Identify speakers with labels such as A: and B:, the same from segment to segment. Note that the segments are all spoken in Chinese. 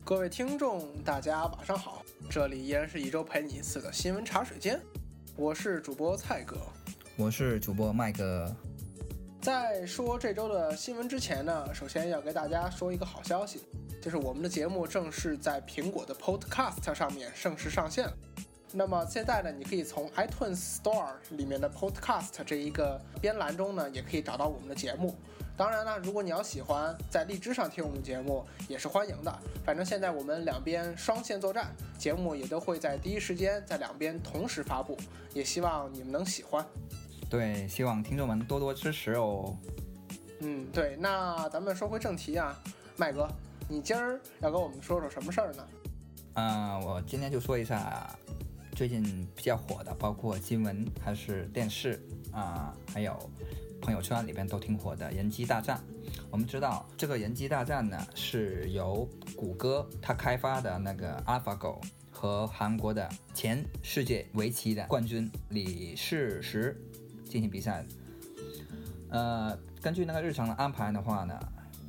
A: 各位听众，大家晚上好，这里依然是一周陪你一次的新闻茶水间，我是主播蔡哥，
B: 我是主播麦哥。
A: 在说这周的新闻之前呢，首先要给大家说一个好消息，就是我们的节目正式在苹果的 Podcast 上面正式上线了。那么现在呢，你可以从 iTunes Store 里面的 Podcast 这一个编栏中呢，也可以找到我们的节目。当然了，如果你要喜欢在荔枝上听我们节目也是欢迎的，反正现在我们两边双线作战，节目也都会在第一时间在两边同时发布，也希望你们能喜欢。
B: 对，希望听众们多多支持哦。
A: 对，那咱们说回正题啊，麦哥，你今儿要跟我们说说什么事儿呢？
B: 我今天就说一下最近比较火的，包括新闻还是电视还有朋友圈里边都挺火的人机大战。我们知道这个人机大战呢，是由谷歌它开发的那个 AlphaGo 和韩国的前世界围棋的冠军李世石进行比赛的。根据那个日常的安排的话呢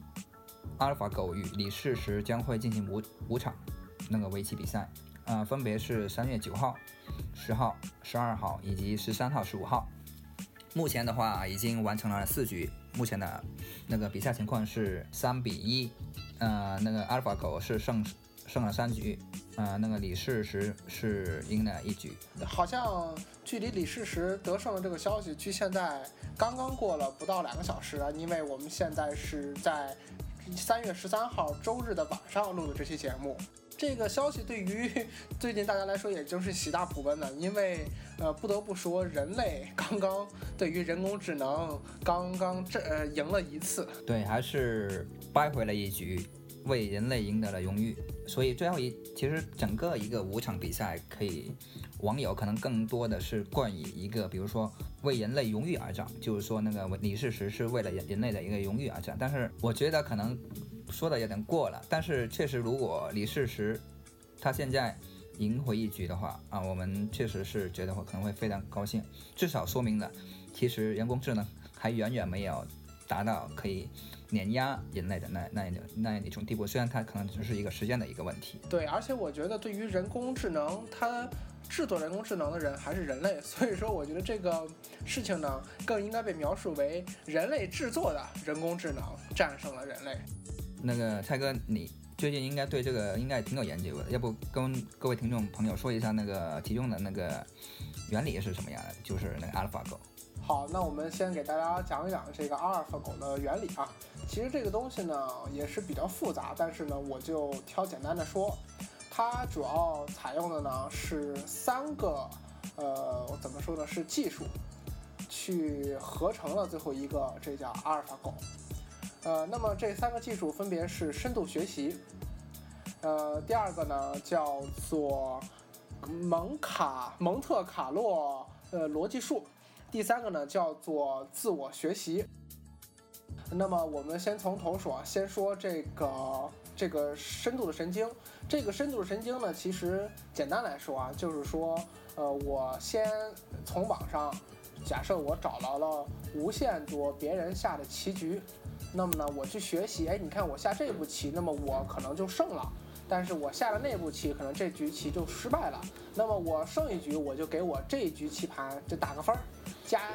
B: ，AlphaGo 与李世石将会进行五场那个围棋比赛，分别是3月9号、10号、12号以及13号、15号。目前的话已经完成了4局，目前的那个比赛情况是3-1，那个 AlphaGo 是胜了3局，那个李世石是赢了1局。
A: 好像距离李世石得胜的这个消息，距现在刚刚过了不到2个小时啊，因为我们现在是在3月13号周日的晚上录的这期节目。这个消息对于最近大家来说也就是喜大普奔的，因为不得不说人类刚刚对于人工智能刚赢了一次，
B: 对，还是掰回了1局，为人类赢得了荣誉。所以最后其实整个一个5场比赛，网友可能更多的是冠以一个比如说为人类荣誉而战，就是说那个李世石是为了人类的一个荣誉而战。但是我觉得可能说的有点过了，但是确实如果李世石他现在赢回1局的话我们确实是觉得可能会非常高兴，至少说明了其实人工智能还远远没有达到可以碾压人类的那一种地步，虽然它可能只是一个时间的一个问题。
A: 对，而且我觉得对于人工智能，它制作人工智能的人还是人类，所以说我觉得这个事情呢，更应该被描述为人类制作的人工智能战胜了人类。
B: 那个蔡哥，你最近应该对这个应该挺有研究的，要不跟各位听众朋友说一下那个其中的那个原理是什么样的，就是那个 AlphaGo。
A: 好，那我们先给大家讲一讲这个 AlphaGo 的原理啊。其实这个东西呢也是比较复杂，但是呢我就挑简单的说，它主要采用的呢是3个怎么说呢，是技术去合成了最后一个，这叫 AlphaGo。那么这3个技术分别是深度学习，第2个呢叫做蒙特卡洛逻辑树，第3个呢叫做自我学习。那么我们先从头说，先说这个深度的神经。这个深度的神经呢，其实简单来说就是说我先从网上假设我找到了无限多别人下的棋局，那么呢我去学习，你看我下这步棋，那么我可能就胜了，但是我下了那步棋，可能这局棋就失败了，那么我胜1局，我就给我这一局棋盘就打个分，加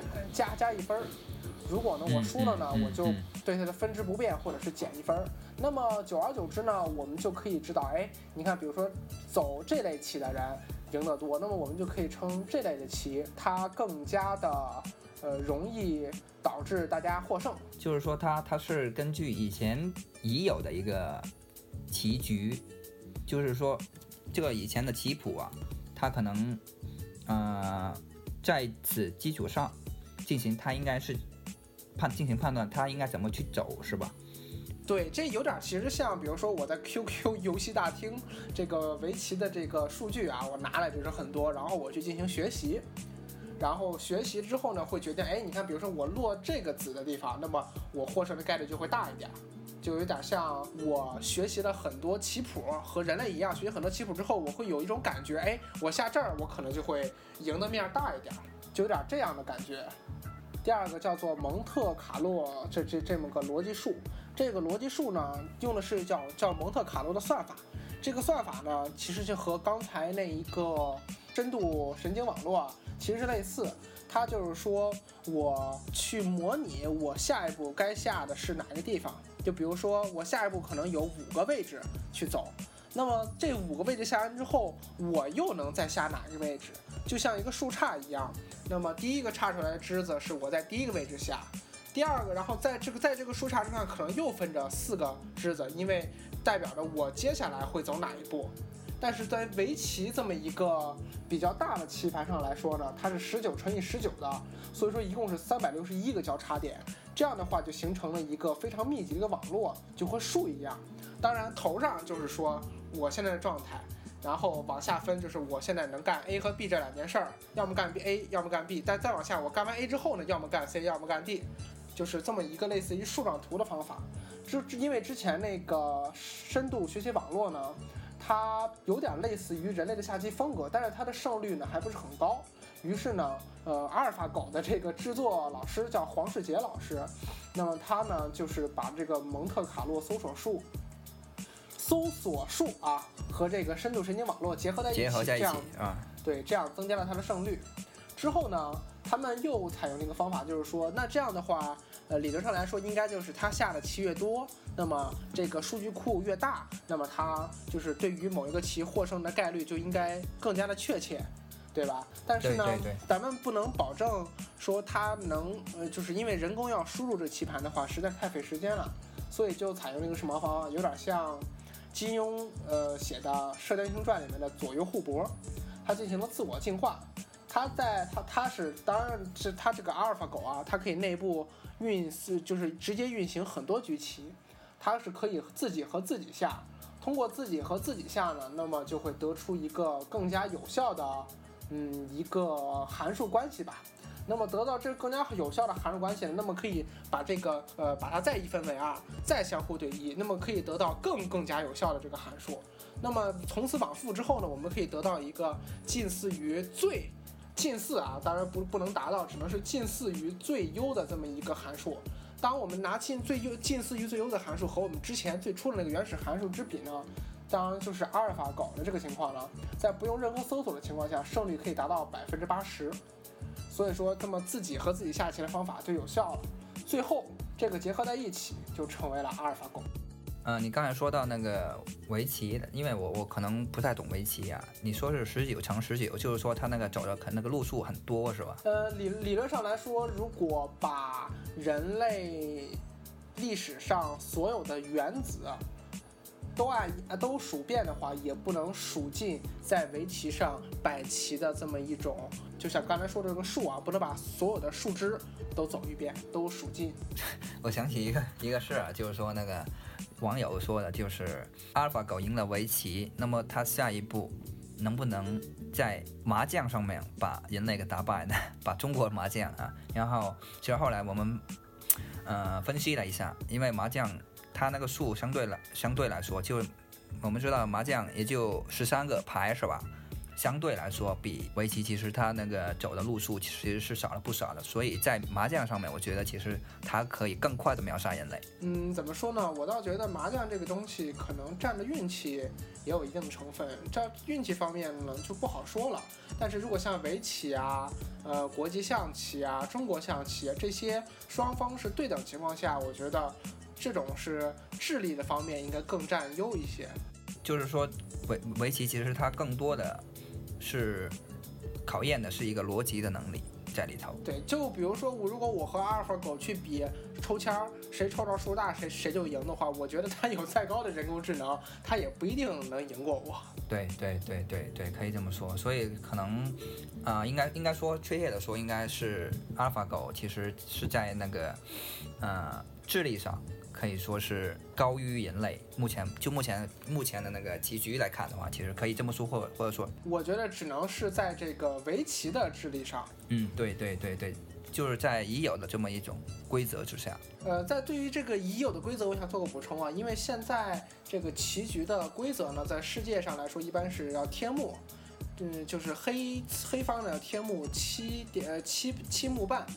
A: 1分。如果呢我输了呢，我就对它的分值不变，或者是减1分。那么久而久之呢，我们就可以知道，你看比如说走这类棋的人赢得多，那么我们就可以称这类的棋它更加的容易导致大家获胜。
B: 就是说它是根据以前已有的一个棋局，就是说这个以前的棋谱它可能在此基础上它应该是进行判断，它应该怎么去走，是吧？
A: 对，这有点其实像比如说我在 QQ 游戏大厅这个围棋的这个数据我拿来就是很多，然后我去进行学习，然后学习之后呢会决定，你看比如说我落这个子的地方，那么我获胜的概率就会大一点，就有点像我学习了很多棋谱，和人类一样学习很多棋谱之后，我会有一种感觉，我下这儿我可能就会赢的面大一点，就有点这样的感觉。第2个叫做蒙特卡洛这么个逻辑树，这个逻辑树呢用的是叫蒙特卡洛的算法。 这个算法呢，其实就和刚才那一个深度神经网络其实是类似。它就是说我去模拟我下一步该下的是哪个地方，就比如说我下一步可能有5个位置去走，那么这5个位置下完之后，我又能再下哪个位置，就像一个树杈一样。那么第一个杈出来的枝子是我在第一个位置下，第二个，然后在这个树杈之上可能又分着4个枝子，因为代表着我接下来会走哪一步。但是在围棋这么一个比较大的棋盘上来说呢，它是19乘以19的，所以说一共是361个交叉点，这样的话就形成了一个非常密集的一个网络，就和树一样。当然头上就是说我现在的状态，然后往下分就是我现在能干 A 和B 这2件事儿，要么干 A 要么干 B， 但再往下我干完 A 之后呢，要么干 C 要么干 D， 就是这么一个类似于树状图的方法。因为之前那个深度学习网络呢，它有点类似于人类的下棋风格，但是它的胜率呢还不是很高。于是呢，阿尔法狗的这个制作老师叫黄世杰老师，那么他呢就是把这个蒙特卡洛搜索术啊和这个深度神经网络结合在一起，这样啊，对，这样增加了它的胜率。之后呢，他们又采用了一个方法，就是说，那这样的话，理论上来说，应该就是他下的棋越多，那么这个数据库越大，那么他就是对于某一个棋获胜的概率就应该更加的确切，对吧？但是呢，咱们不能保证说它能，就是因为人工要输入这棋盘的话，实在太费时间了，所以就采用了一个什么方法，有点像金庸写的《射雕英雄传》里面的左右互搏，它进行了自我进化。当然是它这个阿尔法狗啊，它可以内部就是直接运行很多局棋，它是可以自己和自己下，通过自己和自己下呢，那么就会得出一个更加有效的一个函数关系吧。那么得到这更加有效的函数关系，那么可以把这个把它再一分为2，再相互对一，那么可以得到更加有效的这个函数。那么从此往复之后呢，我们可以得到一个近似啊，当然不能达到，只能是近似于最优的这么一个函数。当我们拿近似于最优的函数和我们之前最初的那个原始函数之比呢，当然就是阿尔法狗的这个情况了，在不用任何搜索的情况下，胜率可以达到80%。所以说，这么自己和自己下棋的方法就有效了。最后这个结合在一起，就成为了阿尔法狗。
B: 你刚才说到那个围棋，因为我可能不太懂围棋啊，你说是19乘19，就是说它那个走的那个路数很多是吧？
A: 理论上来说，如果把人类历史上所有的原子都数遍的话，也不能数尽在围棋上摆棋的这么一种，就像刚才说的这个数啊，不能把所有的树枝都走一遍，都数尽。
B: 我想起一个事啊，就是说那个网友说的，就是阿尔法狗赢了围棋，那么他下一步能不能在麻将上面把人类给打败呢？把中国麻将啊，然后其实后来我们分析了一下，因为麻将它那个数相对来说，就我们知道麻将也就13个牌是吧？相对来说比围棋其实它那个走的路数其实是少了不少的，所以在麻将上面我觉得其实它可以更快的秒杀人类。
A: 怎么说呢，我倒觉得麻将这个东西可能占着运气也有一定的成分，这运气方面呢就不好说了。但是如果像围棋啊、国际象棋啊、中国象棋啊，这些双方是对等情况下，我觉得这种是智力的方面应该更占优一些。
B: 就是说围棋其实它更多的是考验的是一个逻辑的能力在里头。
A: 对，就比如说如果我和阿尔法狗去比抽签，谁抽到数大谁就赢的话，我觉得他有再高的人工智能，他也不一定能赢过我。
B: 对，可以这么说。所以可能应该说确切的说，应该是阿尔法狗其实是在那个智力上可以说是高于人类。目前的那个棋局来看的话，其实可以这么说，或者说，
A: 我觉得只能是在这个围棋的智力上。
B: 对，就是在已有的这么一种规则之下。
A: 在对于这个已有的规则，我想做个补充啊，因为现在这个棋局的规则呢，在世界上来说，一般是要天目，就是黑方呢要天目7目半。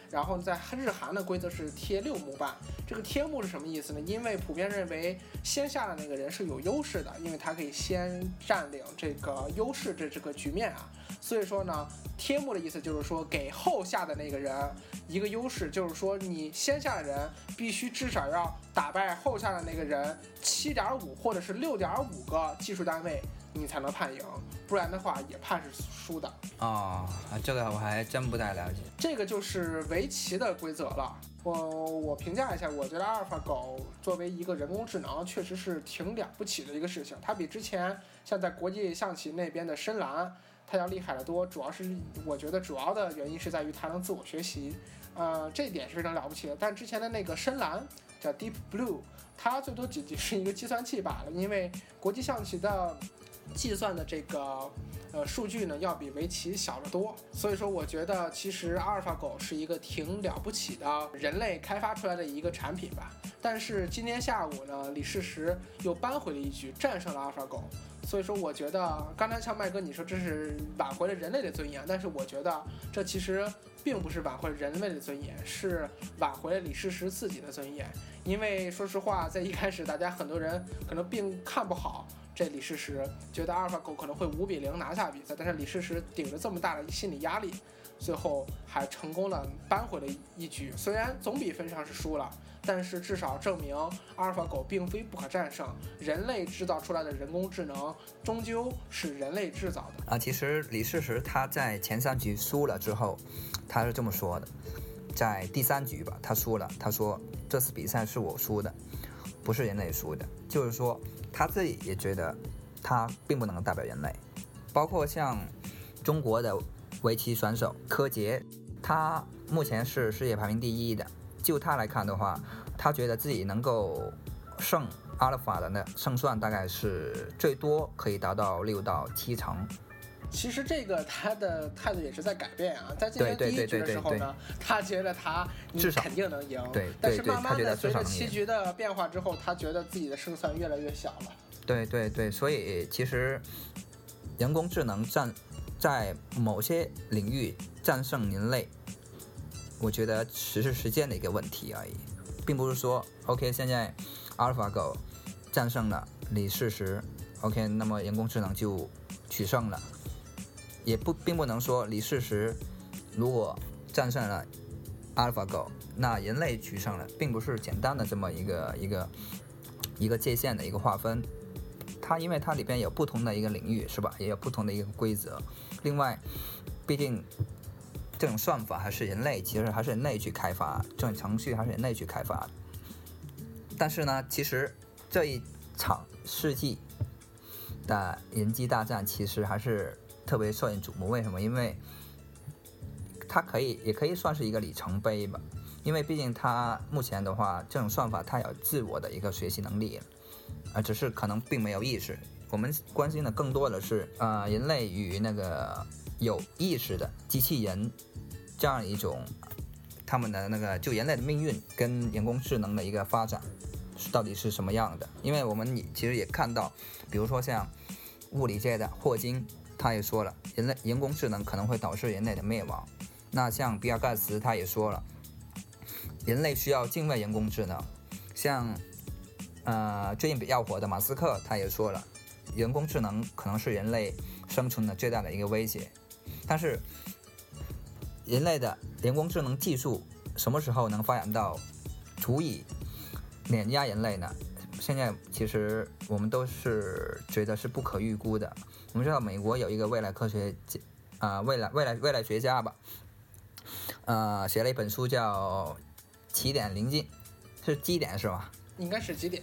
A: 然后在日韩的规则是贴6目半。这个贴目是什么意思呢？因为普遍认为先下的那个人是有优势的，因为他可以先占领这个优势这个局面啊。所以说呢，贴目的意思就是说给后下的那个人一个优势，就是说你先下的人必须至少要打败后下的那个人7.5或者是6.5个技术单位，你才能判赢，不然的话也判是输的。
B: 这个我还真不太了解。
A: 这个就是围棋的规则了。我评价一下，我觉得阿尔法狗作为一个人工智能，确实是挺了不起的一个事情。它比之前像在国际象棋那边的深蓝，它要厉害得多。我觉得主要的原因是在于它能自我学习，这一点是非常了不起的。但之前的那个深蓝叫 Deep Blue， 它最多仅仅是一个计算器罢了，因为国际象棋的计算的这个数据呢要比围棋小得多，所以说我觉得其实阿尔法狗是一个挺了不起的人类开发出来的一个产品吧。但是今天下午呢，李世石又扳回了一局，战胜了阿尔法狗。所以说我觉得刚才像麦哥你说这是挽回了人类的尊严，但是我觉得这其实并不是挽回了人类的尊严，是挽回了李世石自己的尊严。因为说实话，在一开始大家很多人可能并看不好这李世石，觉得阿尔法狗可能会5-0拿下比赛，但是李世石顶着这么大的心理压力，最后还成功了扳回了一局。虽然总比分上是输了，但是至少证明阿尔法狗并非不可战胜，人类制造出来的人工智能终究是人类制造的。
B: 其实李世石他在前3局输了之后，他是这么说的，在第3局吧，他输了，他说这次比赛是我输的，不是人类输的，就是说他自己也觉得他并不能代表人类。包括像中国的围棋选手柯洁，他目前是世界排名第1的，就他来看的话，他觉得自己能够胜阿尔法的胜算大概是最多可以达到6到7成。
A: 其实这个他的态度也是在改变啊，在今年第1局的时候呢，他觉得你肯定能赢，但是慢慢的随着棋局的变化之后，他觉得自己的胜算越来越小了。
B: 对，所以其实人工智能在某些领域战胜人类，我觉得只是时间的一个问题而已，并不是说 OK 现在阿尔法狗战胜了李世石 OK 那么人工智能就取胜了，也并不能说李世石如果战胜了阿尔法狗，那人类取胜了，并不是简单的这么一个界限的一个划分。它因为它里边有不同的一个领域，是吧？也有不同的一个规则。另外，毕竟这种算法还是人类，其实还是人类去开发，这种程序还是人类去开发的。但是呢，其实这一场世纪的人机大战其实还是特别受人瞩目。为什么？因为它也可以算是一个里程碑吧。因为毕竟它目前的话，这种算法它有自我的一个学习能力，只是可能并没有意识。我们关心的更多的是人类与那个有意识的机器人这样一种他们的那个就人类的命运跟人工智能的一个发展到底是什么样的。因为我们其实也看到，比如说像物理界的霍金，他也说了人工智能可能会导致人类的灭亡。那像比尔盖茨他也说了，人类需要敬畏人工智能。像最近比较火的马斯克他也说了，人工智能可能是人类生存的最大的一个威胁。但是人类的人工智能技术什么时候能发展到足以碾压人类呢？现在其实我们都是觉得是不可预估的。我们知道美国有一个未来学家吧，写了一本书叫起点临近，是基点是吧？
A: 应该是基点。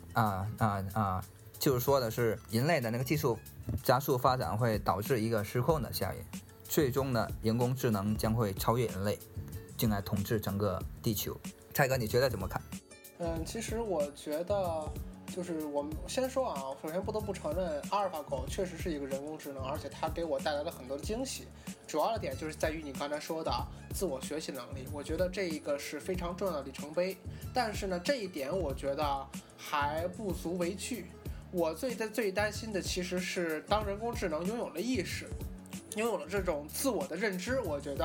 B: 就是说的是人类的那个技术加速发展会导致一个失控的效应，最终呢，人工智能将会超越人类，进来统治整个地球。蔡哥，你觉得怎么看？
A: 其实我觉得就是我们先说啊，首先不得不承认，阿尔法狗确实是一个人工智能，而且它给我带来了很多惊喜。主要的点就是在于你刚才说的自我学习能力，我觉得这一个是非常重要的里程碑。但是呢，这一点我觉得还不足为惧。我最担心的其实是当人工智能拥有了意识，拥有了这种自我的认知，我觉得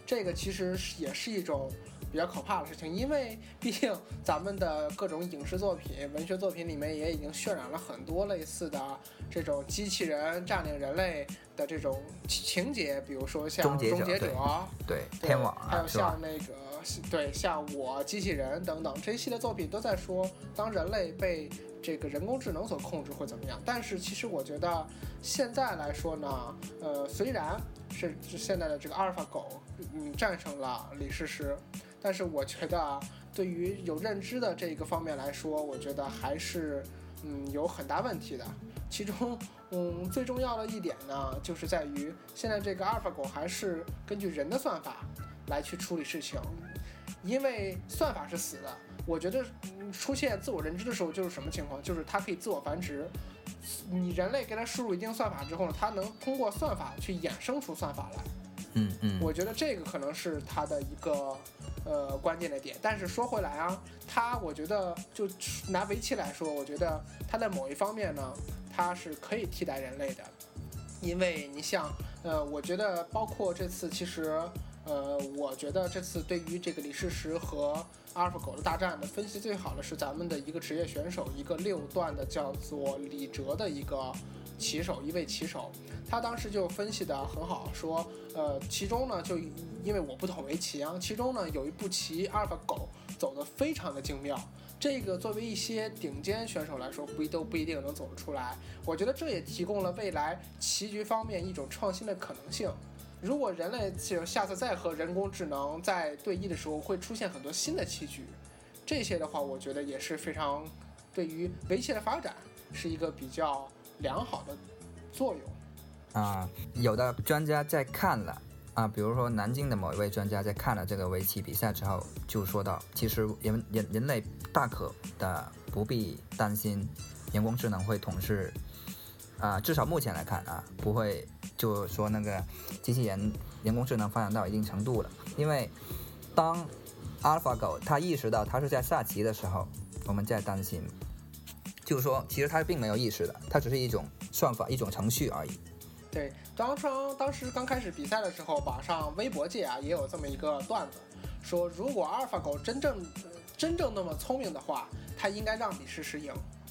A: 这个其实也是一种比较可怕的事情，因为毕竟咱们的各种影视作品、文学作品里面也已经渲染了很多类似的这种机器人占领人类的这种情节，比如说像终结者，
B: 对天网，
A: 还有像那个对像我机器人等等这一系列作品都在说，当人类被这个人工智能所控制会怎么样。但是其实我觉得现在来说呢，虽然是现在的这个阿尔法狗战胜了李世石，但是我觉得对于有认知的这个方面来说，我觉得还是有很大问题的。其中最重要的一点呢，就是在于现在这个阿尔法狗还是根据人的算法来去处理事情，因为算法是死的。我觉得出现自我认知的时候就是什么情况，就是它可以自我繁殖。你人类给它输入一定算法之后呢，它能通过算法去衍生出算法来。我觉得这个可能是它的一个关键的点。但是说回来啊，我觉得就拿围棋来说，我觉得它在某一方面呢，它是可以替代人类的。因为你像我觉得包括这次其实我觉得这次对于这个李世石和阿尔法狗的大战的分析最好的是咱们的一个职业选手，一个6段的叫做李哲的一位棋手，他当时就分析的很好，说其中呢就因为我不懂围棋啊，其中呢有一步棋阿尔法狗走得非常的精妙，这个作为一些顶尖选手来说都不一定能走得出来。我觉得这也提供了未来棋局方面一种创新的可能性。如果人类下次再和人工智能在对弈的时候，会出现很多新的棋局，这些的话我觉得也是非常对于围棋的发展是一个比较良好的作用。
B: 有的专家在看了比如说南京的某一位专家在看了这个围棋比赛之后，就说到其实人类大可的不必担心人工智能会统治至少目前来看不会就说那个机器人工智能发展到一定程度了。因为当阿尔法狗它意识到它是在下棋的时候，我们在担心就是说其实它并没有意识的，它只是一种算法一种程序而已。
A: 对，当时刚开始比赛的时候，网上微博界也有这么一个段子，说如果阿尔法狗真正那么聪明的话，它应该让李世石赢。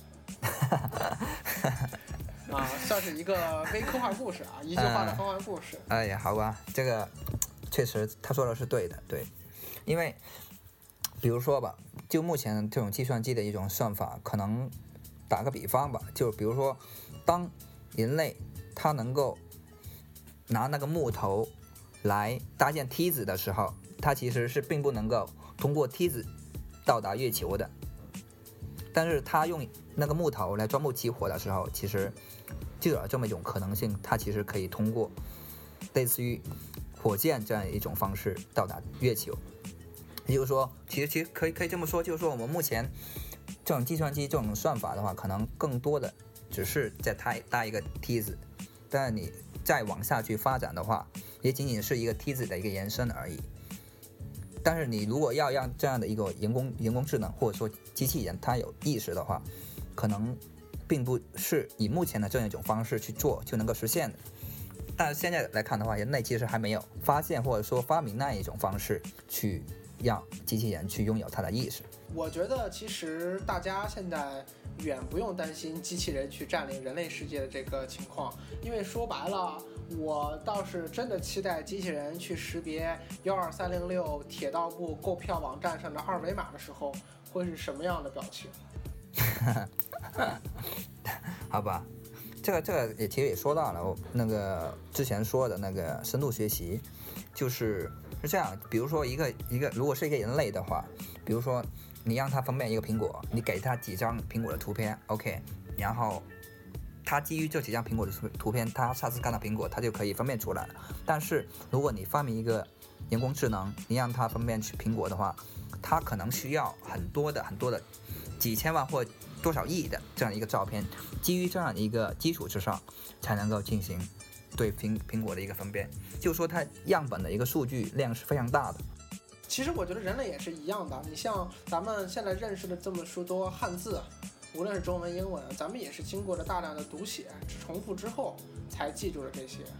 A: 算是一个微科幻故事一句话的科幻故事。
B: 哎呀，好吧，这个确实他说的是对的，对，因为比如说吧，就目前这种计算机的一种算法，可能打个比方吧，就比如说当人类他能够拿那个木头来搭建梯子的时候，他其实是并不能够通过梯子到达月球的。但是他用那个木头来钻木取火的时候，其实就有这么一种可能性，它其实可以通过类似于火箭这样一种方式到达月球。也就是说，其实可以这么说，就是说我们目前这种计算机这种算法的话，可能更多的只是在搭一个梯子，但是你再往下去发展的话，也仅仅是一个梯子的一个延伸而已。但是你如果要让这样的一个人工智能或者说机器人它有意识的话，可能并不是以目前的这样一种方式去做就能够实现的。但是现在来看的话，人类其实还没有发现或者说发明那一种方式去让机器人去拥有它的意识。
A: 我觉得其实大家现在远不用担心机器人去占领人类世界的这个情况，因为说白了，我倒是真的期待机器人去识别12306铁道部购票网站上的二维码的时候会是什么样的表情。
B: 好吧，这个其实也说到了，那个之前说的那个深度学习，是这样。比如说一个如果是一个人类的话，比如说你让他分辨一个苹果，你给他几张苹果的图片 ，OK， 然后他基于这几张苹果的图片，他下次看到苹果他就可以分辨出来了。但是如果你发明一个人工智能，你让他分辨苹果的话，他可能需要很多的几千万或多少亿的这样一个照片，基于这样一个基础之上，才能够进行对苹果的一个分辨。就是说它样本的一个数据量是非常大的。
A: 其实我觉得人类也是一样的，你像咱们现在认识的这么多汉字，无论是中文英文，咱们也是经过了大量的读写重复之后才记住了这些。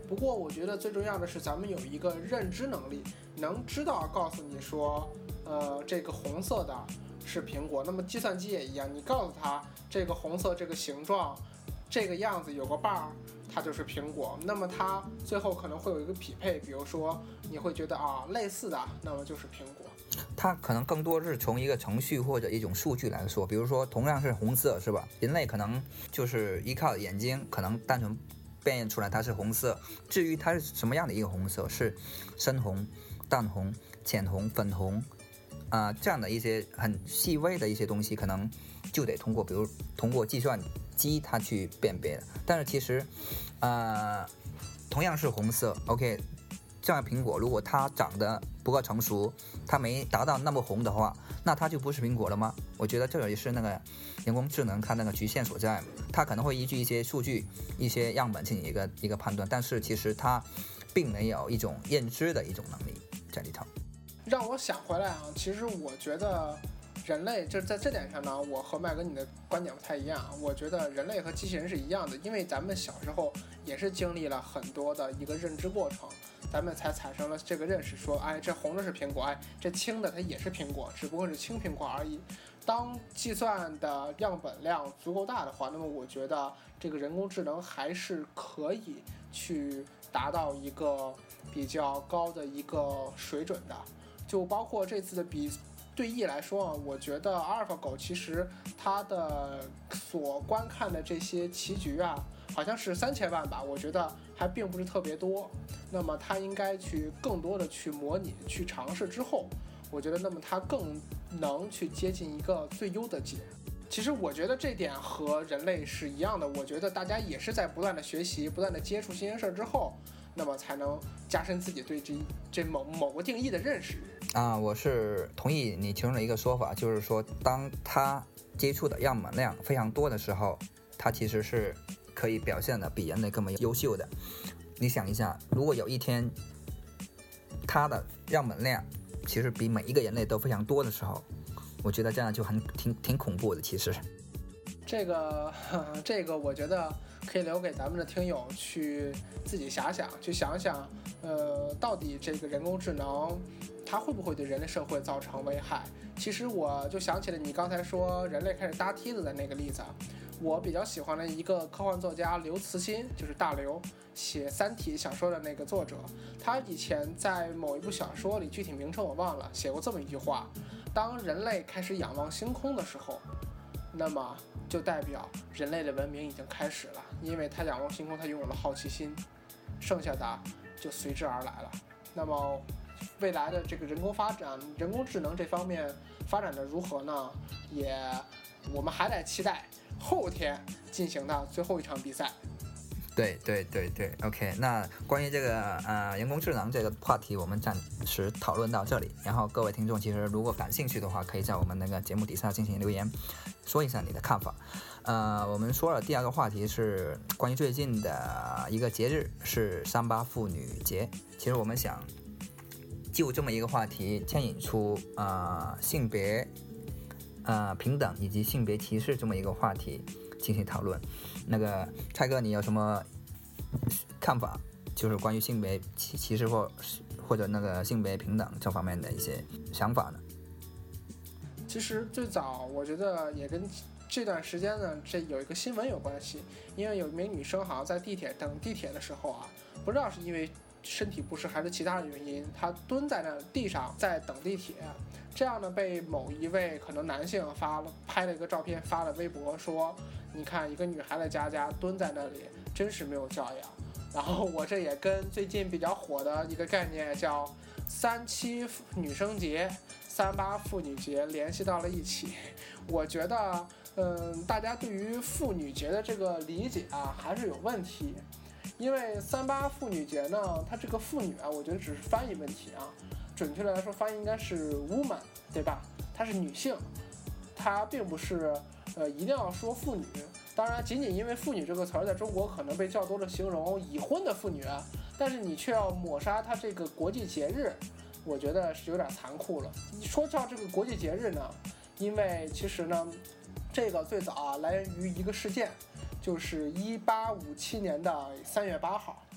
A: 不过我觉得最重要的是咱们有一个认知能力，能知道告诉你说，这个红色的是苹果。那么计算机也一样，你告诉他这个红色这个形状这个样子有个把儿，它就是苹果。那么它最后可能会有一个匹配，比如说你会觉得类似的，那么就是苹果。
B: 它可能更多是从一个程序或者一种数据来说，比如说同样是红色，是吧？人类可能就是依靠眼睛，可能单纯辨认出来它是红色。至于它是什么样的一个红色，是深红、淡红、浅红、粉红这样的一些很细微的一些东西，可能就得比如通过计算机它去辨别的。但是其实同样是红色 OK， 这样苹果如果它长得不够成熟，它没达到那么红的话，那它就不是苹果了吗？我觉得这也是那个人工智能它那个局限所在，它可能会依据一些数据、一些样本进行一个判断，但是其实它并没有一种认知的一种能力在里头。
A: 让我想回来其实我觉得人类就在这点上呢，我和麦哥你的观点不太一样。我觉得人类和机器人是一样的，因为咱们小时候也是经历了很多的一个认知过程，咱们才产生了这个认识，说这红的是苹果，这青的它也是苹果，只不过是青苹果而已。当计算的样本量足够大的话，那么我觉得这个人工智能还是可以去达到一个比较高的一个水准的。就包括这次的对弈来说我觉得阿尔法狗其实它的所观看的这些棋局好像是3000万吧，我觉得还并不是特别多。那么它应该去更多的去模拟、去尝试之后，我觉得那么它更能去接近一个最优的解。其实我觉得这点和人类是一样的，我觉得大家也是在不断的学习、不断的接触新鲜事之后，那么才能加深自己对这某个定义的认识。
B: 我是同意你其中的一个说法，就是说当他接触的样本量非常多的时候，他其实是可以表现的比人类更为优秀的。你想一下，如果有一天他的样本量其实比每一个人类都非常多的时候，我觉得这样就挺恐怖的。其实
A: 这个我觉得可以留给咱们的听友去自己想想，去想想到底这个人工智能它会不会对人类社会造成危害。其实我就想起了你刚才说人类开始搭梯子的那个例子，我比较喜欢的一个科幻作家刘慈欣，就是大刘，写《三体》小说的那个作者，他以前在某一部小说里，具体名称我忘了，写过这么一句话：当人类开始仰望星空的时候，那么就代表人类的文明已经开始了，因为他仰望星空，他拥有了好奇心，剩下的就随之而来了。那么未来的这个人工智能这方面发展的如何呢？我们还得期待后天进行的最后一场比赛。
B: 对 OK， 那关于这个人工智能这个话题我们暂时讨论到这里，然后各位听众其实如果感兴趣的话，可以在我们那个节目底下进行留言，说一下你的看法。我们说了第二个话题是关于最近的一个节日，是3·8妇女节。其实我们想就这么一个话题牵引出性别平等以及性别歧视这么一个话题进行讨论。那个蔡哥，你有什么看法？就是关于性别歧视或者那个性别平等这方面的一些想法呢？
A: 其实最早我觉得也跟这段时间呢，这有一个新闻有关系，因为有一名女生好像在等地铁的时候不知道是因为身体不适还是其他的原因，她蹲在那地上在等地铁，这样呢被某一位可能男性拍了一个照片发了微博，说你看一个女孩的家蹲在那里真是没有教养。然后我这也跟最近比较火的一个概念叫3·7女生节、3·8妇女节联系到了一起。我觉得大家对于妇女节的这个理解还是有问题。因为3·8妇女节呢，它这个妇女我觉得只是翻译问题准确来说翻译应该是 woman， 对吧？它是女性，它并不是一定要说妇女。当然仅因为妇女这个词儿在中国可能被较多的形容已婚的妇女，但是你却要抹杀它这个国际节日，我觉得是有点残酷了。你说到这个国际节日呢，因为其实呢这个最早来源于一个事件，就是1857年的3月8号，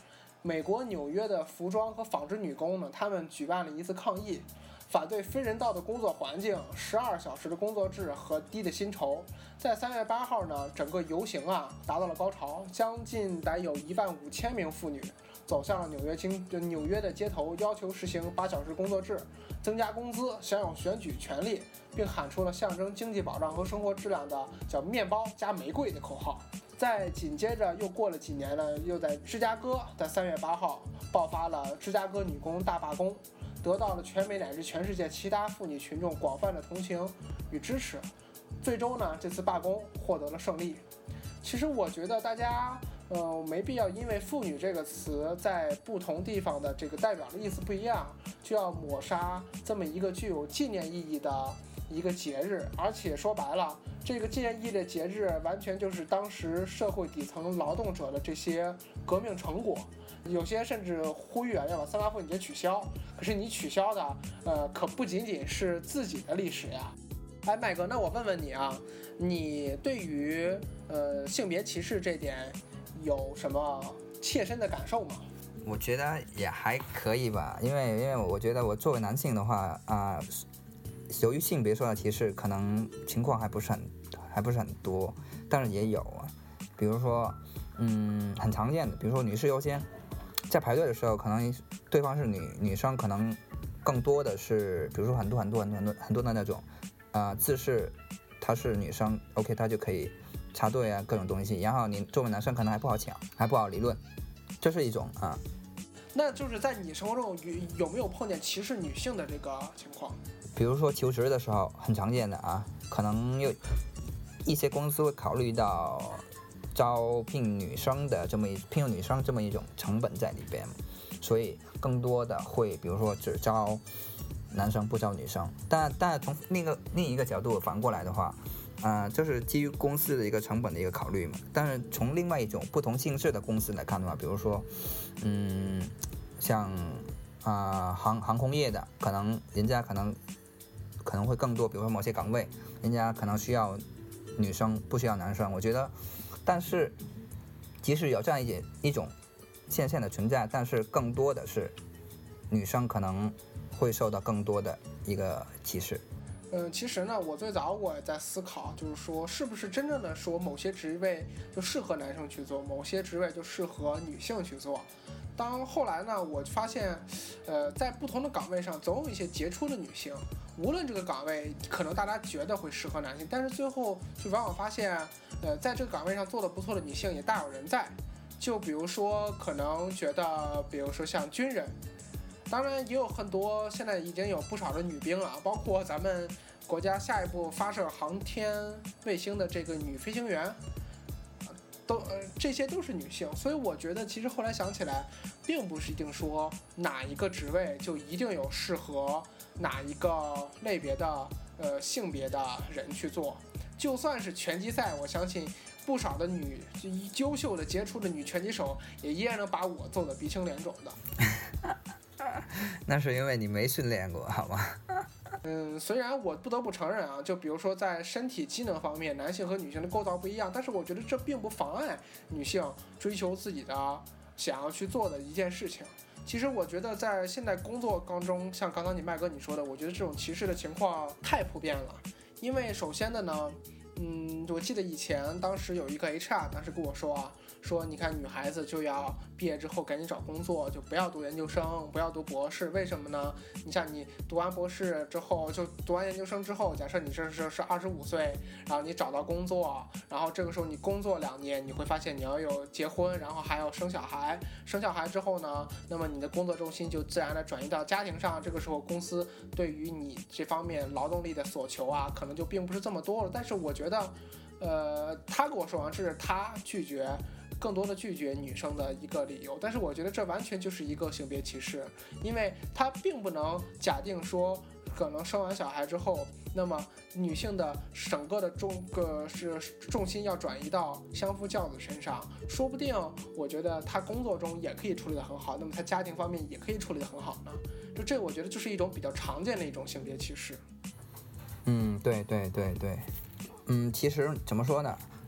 A: 美国纽约的服装和纺织女工呢，他们举办了一次抗议，反对非人道的工作环境、12小时的工作制和低的薪酬。在3月8号呢，整个游行达到了高潮，将近得有15000名妇女走向了纽约的街头，要求实行8小时工作制、增加工资、享有选举权利，并喊出了象征经济保障和生活质量的叫“面包加玫瑰”的口号。再紧接着又过了几年呢，又在芝加哥的3月8号爆发了芝加哥女工大罢工，得到了全美乃至全世界其他妇女群众广泛的同情与支持。最终呢，这次罢工获得了胜利。其实我觉得大家没必要因为妇女这个词在不同地方的这个代表的意思不一样，就要抹杀这么一个具有纪念意义的一个节日。而且说白了，这个纪念意义的节日完全就是当时社会底层劳动者的这些革命成果。有些甚至呼吁要把3·8妇女节取消，可是你取消的可不仅仅是自己的历史呀。哎，麦哥，那我问问你你对于性别歧视这点有什么切身的感受吗？
B: 我觉得也还可以吧，因为我觉得我作为男性的话由于性别受到歧视，可能情况还不是很多，但是也有比如说很常见的，比如说女士优先，在排队的时候，可能对方是女生，可能更多的是，比如说很多的那种自视她是女生 ，OK， 她就可以插队各种东西，然后你作为男生可能还不好抢，还不好理论，这是一种
A: 那就是在你生活中有没有碰见歧视女性的这个情况？
B: 比如说求职的时候很常见的可能有一些公司会考虑到招聘女生这么一种成本在里边，所以更多的会比如说只招男生不招女生。但从另一个角度反过来的话这是基于公司的一个成本的一个考虑嘛。但是从另外一种不同性质的公司来看的话，比如说像航空业的，可能人家可能会更多，比如说某些岗位人家可能需要女生不需要男生。我觉得但是即使有这样一种现象的存在，但是更多的是女生可能会受到更多的一个歧视。
A: 其实呢，我最早我也在思考，就是说是不是真正的说某些职位就适合男生去做，某些职位就适合女性去做。后来呢，我发现在不同的岗位上总有一些杰出的女性，无论这个岗位可能大家觉得会适合男性，但是最后就往往发现在这个岗位上做得不错的女性也大有人在。就比如说可能觉得比如说像军人，当然也有很多现在已经有不少的女兵包括咱们国家下一步发射航天卫星的这个女飞行员这些都是女性。所以我觉得其实后来想起来，并不是一定说哪一个职位就一定有适合哪一个类别的性别的人去做。就算是拳击赛，我相信不少的优秀的杰出的女拳击手也依然能把我揍得鼻青脸肿的。
B: 那是因为你没训练过，好吗？
A: 虽然我不得不承认就比如说在身体机能方面，男性和女性的构造不一样，但是我觉得这并不妨碍女性追求自己的想要去做的一件事情。其实我觉得在现在工作当中，像刚刚麦哥你说的，我觉得这种歧视的情况太普遍了。因为首先的呢，我记得以前当时有一个 HR 当时跟我说你看女孩子就要毕业之后赶紧找工作，就不要读研究生，不要读博士。为什么呢？你像你读完博士之后，就读完研究生之后，假设你这是25岁，然后你找到工作，然后这个时候你工作2年，你会发现你要有结婚，然后还要生小孩。生小孩之后呢，那么你的工作重心就自然的转移到家庭上。这个时候公司对于你这方面劳动力的所求可能就并不是这么多了。但是我觉得他跟我说完这是他更多的拒绝女生的一个理由，但是我觉得这完全就是一个性别歧视。因为他并不能假定说可能生完小孩之后，那么女性的整个的重心要转移到相夫教子身上。说不定我觉得他工作中也可以处理得很好，那么他家庭方面也可以处理得很好呢。就这我觉得就是一种比较常见的一种性别歧视。
B: 对，其实怎么说呢，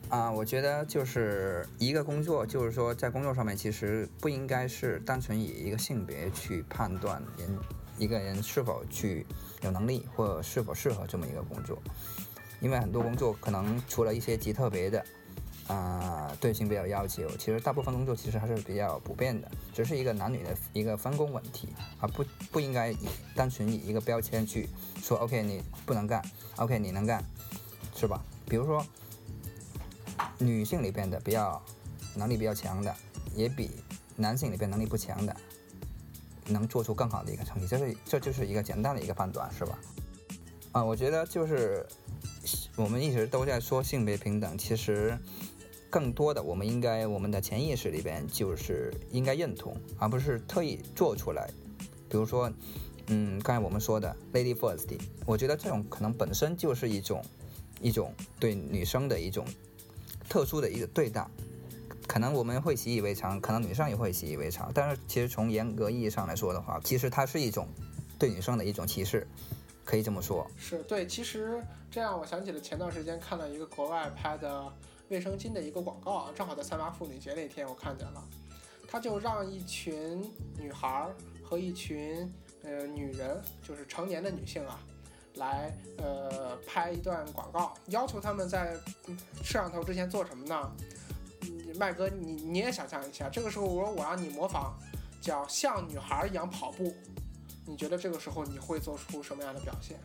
B: 我觉得就是一个工作，就是说在工作上面，其实不应该是单纯以一个性别去判断一个人是否去有能力或是否适合这么一个工作，因为很多工作可能除了一些极特别的，对性别有要求，其实大部分工作其实还是比较普遍的，只是一个男女的一个分工问题，而不应该单纯以一个标签去说 OK 你不能干 ，OK 你能干，是吧？比如说女性里边的能力比较强的，也比男性里边能力不强的能做出更好的一个成绩，这就是一个简单的一个判断，是吧？我觉得就是我们一直都在说性别平等，其实更多的我们的潜意识里边就是应该认同，而不是特意做出来。比如说，刚才我们说的 Lady First， 我觉得这种可能本身就是一种对女生的一种特殊的一个对待，可能我们会习以为常，可能女生也会习以为常，但是其实从严格意义上来说的话，其实它是一种对女生的一种歧视，可以这么说。
A: 是对，其实这样我想起了前段时间看了一个国外拍的卫生巾的一个广告啊，正好在3·8妇女节那天我看见了，他就让一群女孩和一群女人，就是成年的女性啊，来拍一段广告，要求他们在摄像头之前做什么呢？麦哥，你也想象一下，这个时候我让你模仿叫像女孩一样跑步，你觉得这个时候你会做出什么样的表现？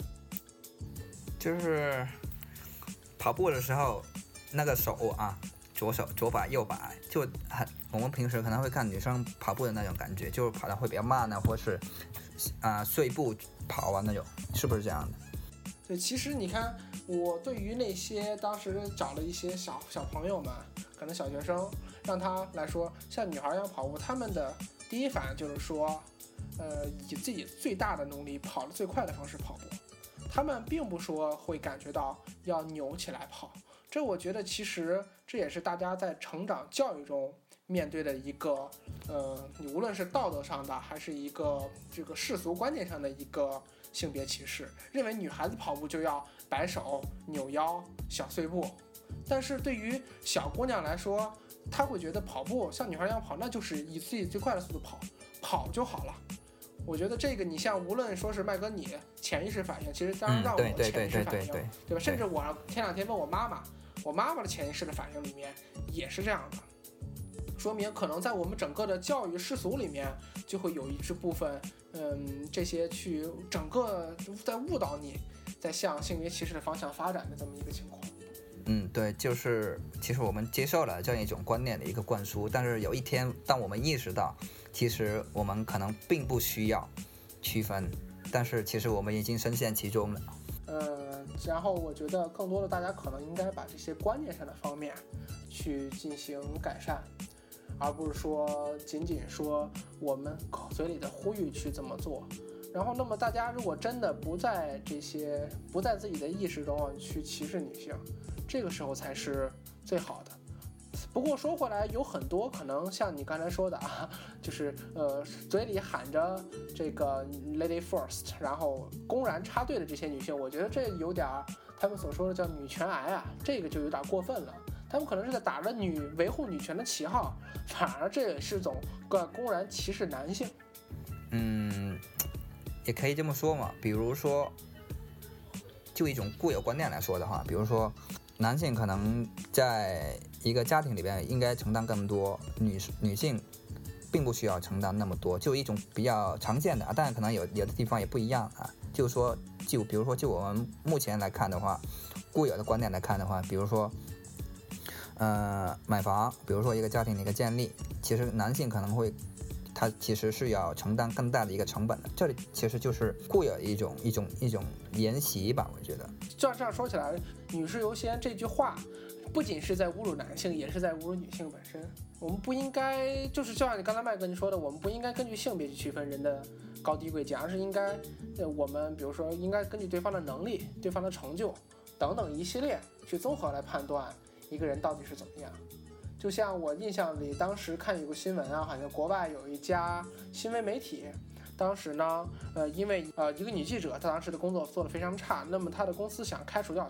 B: 就是跑步的时候，那个手啊，左摆右摆，就我们平时可能会看女生跑步的那种感觉，就是跑得会比较慢啊，或是碎步跑啊那种，是不是这样的？
A: 对，其实你看，我对于那些当时找了一些小朋友们，可能小学生，让他来说像女孩一样跑步，他们的第一反应就是说，以自己最大的努力跑得最快的方式跑步，他们并不说会感觉到要扭起来跑。这我觉得其实这也是大家在成长教育中面对的一个你无论是道德上的还是一个这个世俗观念上的一个性别歧视，认为女孩子跑步就要摆手扭腰小碎步，但是对于小姑娘来说，她会觉得跑步像女孩一样跑，那就是以自己最快的速度跑就好了。我觉得这个你像无论说是麦哥你潜意识反应，其实当然让我潜意识反应，对吧？甚至我前2天问我妈妈，我妈妈的潜意识的反应里面也是这样的，说明可能在我们整个的教育世俗里面，就会有一支部分，这些去整个在误导你，在向性别歧视的方向发展的这么一个情况。
B: 对，就是其实我们接受了这样一种观念的一个灌输，但是有一天当我们意识到，其实我们可能并不需要区分，但是其实我们已经深陷其中了。
A: 然后我觉得更多的大家可能应该把这些观念上的方面去进行改善，而不是说仅仅说我们口嘴里的呼吁去这么做。然后那么大家如果真的不在自己的意识中去歧视女性，这个时候才是最好的。不过说回来，有很多可能像你刚才说的啊，就是嘴里喊着这个 Lady First， 然后公然插队的这些女性，我觉得这有点他们所说的叫女权癌啊，这个就有点过分了。他们可能是在打着维护女权的旗号，反而这也是种公然歧视男性。
B: 也可以这么说嘛。比如说，就一种固有观念来说的话，比如说男性可能在一个家庭里边应该承担更多，女性并不需要承担那么多，就一种比较常见的，当然可能有的地方也不一样啊。就是说，比如说就我们目前来看的话，固有的观念来看的话，比如说买房，比如说一个家庭的一个建立，其实男性可能会他其实是要承担更大的一个成本的，这里其实就是固有一种沿袭吧，我觉得。
A: 这样说起来，女士优先这句话不仅是在侮辱男性，也是在侮辱女性本身。我们不应该就是就像你刚才麦哥你说的，我们不应该根据性别去区分人的高低贵贱，而是应该我们比如说应该根据对方的能力、对方的成就等等一系列去综合来判断一个人到底是怎么样。就像我印象里当时看有个新闻啊，好像国外有一家新闻媒体，当时呢因为一个女记者她当时的工作做得非常差，那么她的公司想开除掉她，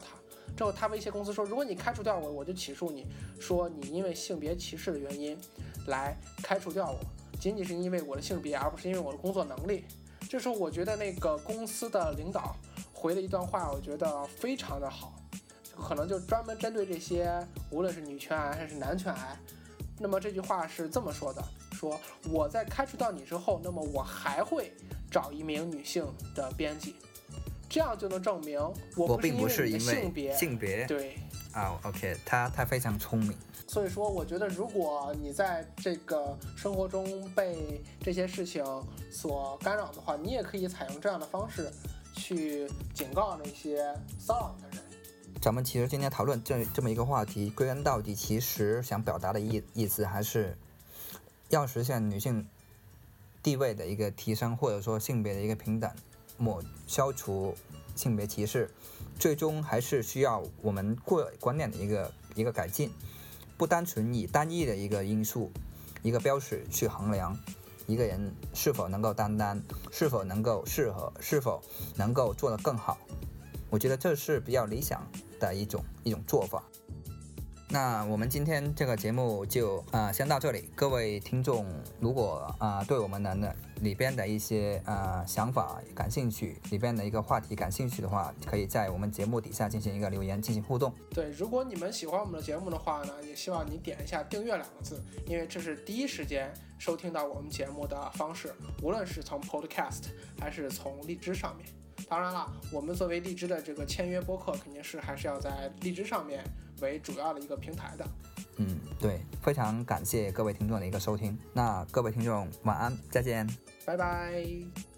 A: 之后他威胁公司说，如果你开除掉我，我就起诉你，说你因为性别歧视的原因来开除掉我，仅仅是因为我的性别，而不是因为我的工作能力。这时候我觉得那个公司的领导回了一段话，我觉得非常的好，可能就专门针对这些无论是女权癌还是男权癌。那么这句话是这么说的，说我在开除掉你之后，那么我还会找一名女性的编辑，这样就能证明我
B: 并不是
A: 因为你的
B: 因为性别。
A: 对
B: OK， 他非常聪明。
A: 所以说我觉得如果你在这个生活中被这些事情所干扰的话，你也可以采用这样的方式去警告那些骚扰你的人。
B: 咱们其实今天讨论这么一个话题，归根到底其实想表达的意思还是要实现女性地位的一个提升，或者说性别的一个平等，消除性别歧视，最终还是需要我们观念的一个改进，不单纯以单一的一个因素一个标尺去衡量一个人是否能够担当，是否能够适合，是否能够做得更好。我觉得这是比较理想的一种做法。那我们今天这个节目就先到这里。各位听众，如果对我们的里边的一些想法感兴趣，里边的一个话题感兴趣的话，可以在我们节目底下进行一个留言，进行互动。
A: 对，如果你们喜欢我们的节目的话呢，也希望你点一下订阅2个字，因为这是第一时间收听到我们节目的方式，无论是从 Podcast 还是从荔枝上面。当然了，我们作为荔枝的这个签约播客，肯定是还是要在荔枝上面为主要的一个平台的。
B: 对，非常感谢各位听众的一个收听。那各位听众晚安，再见，
A: 拜拜。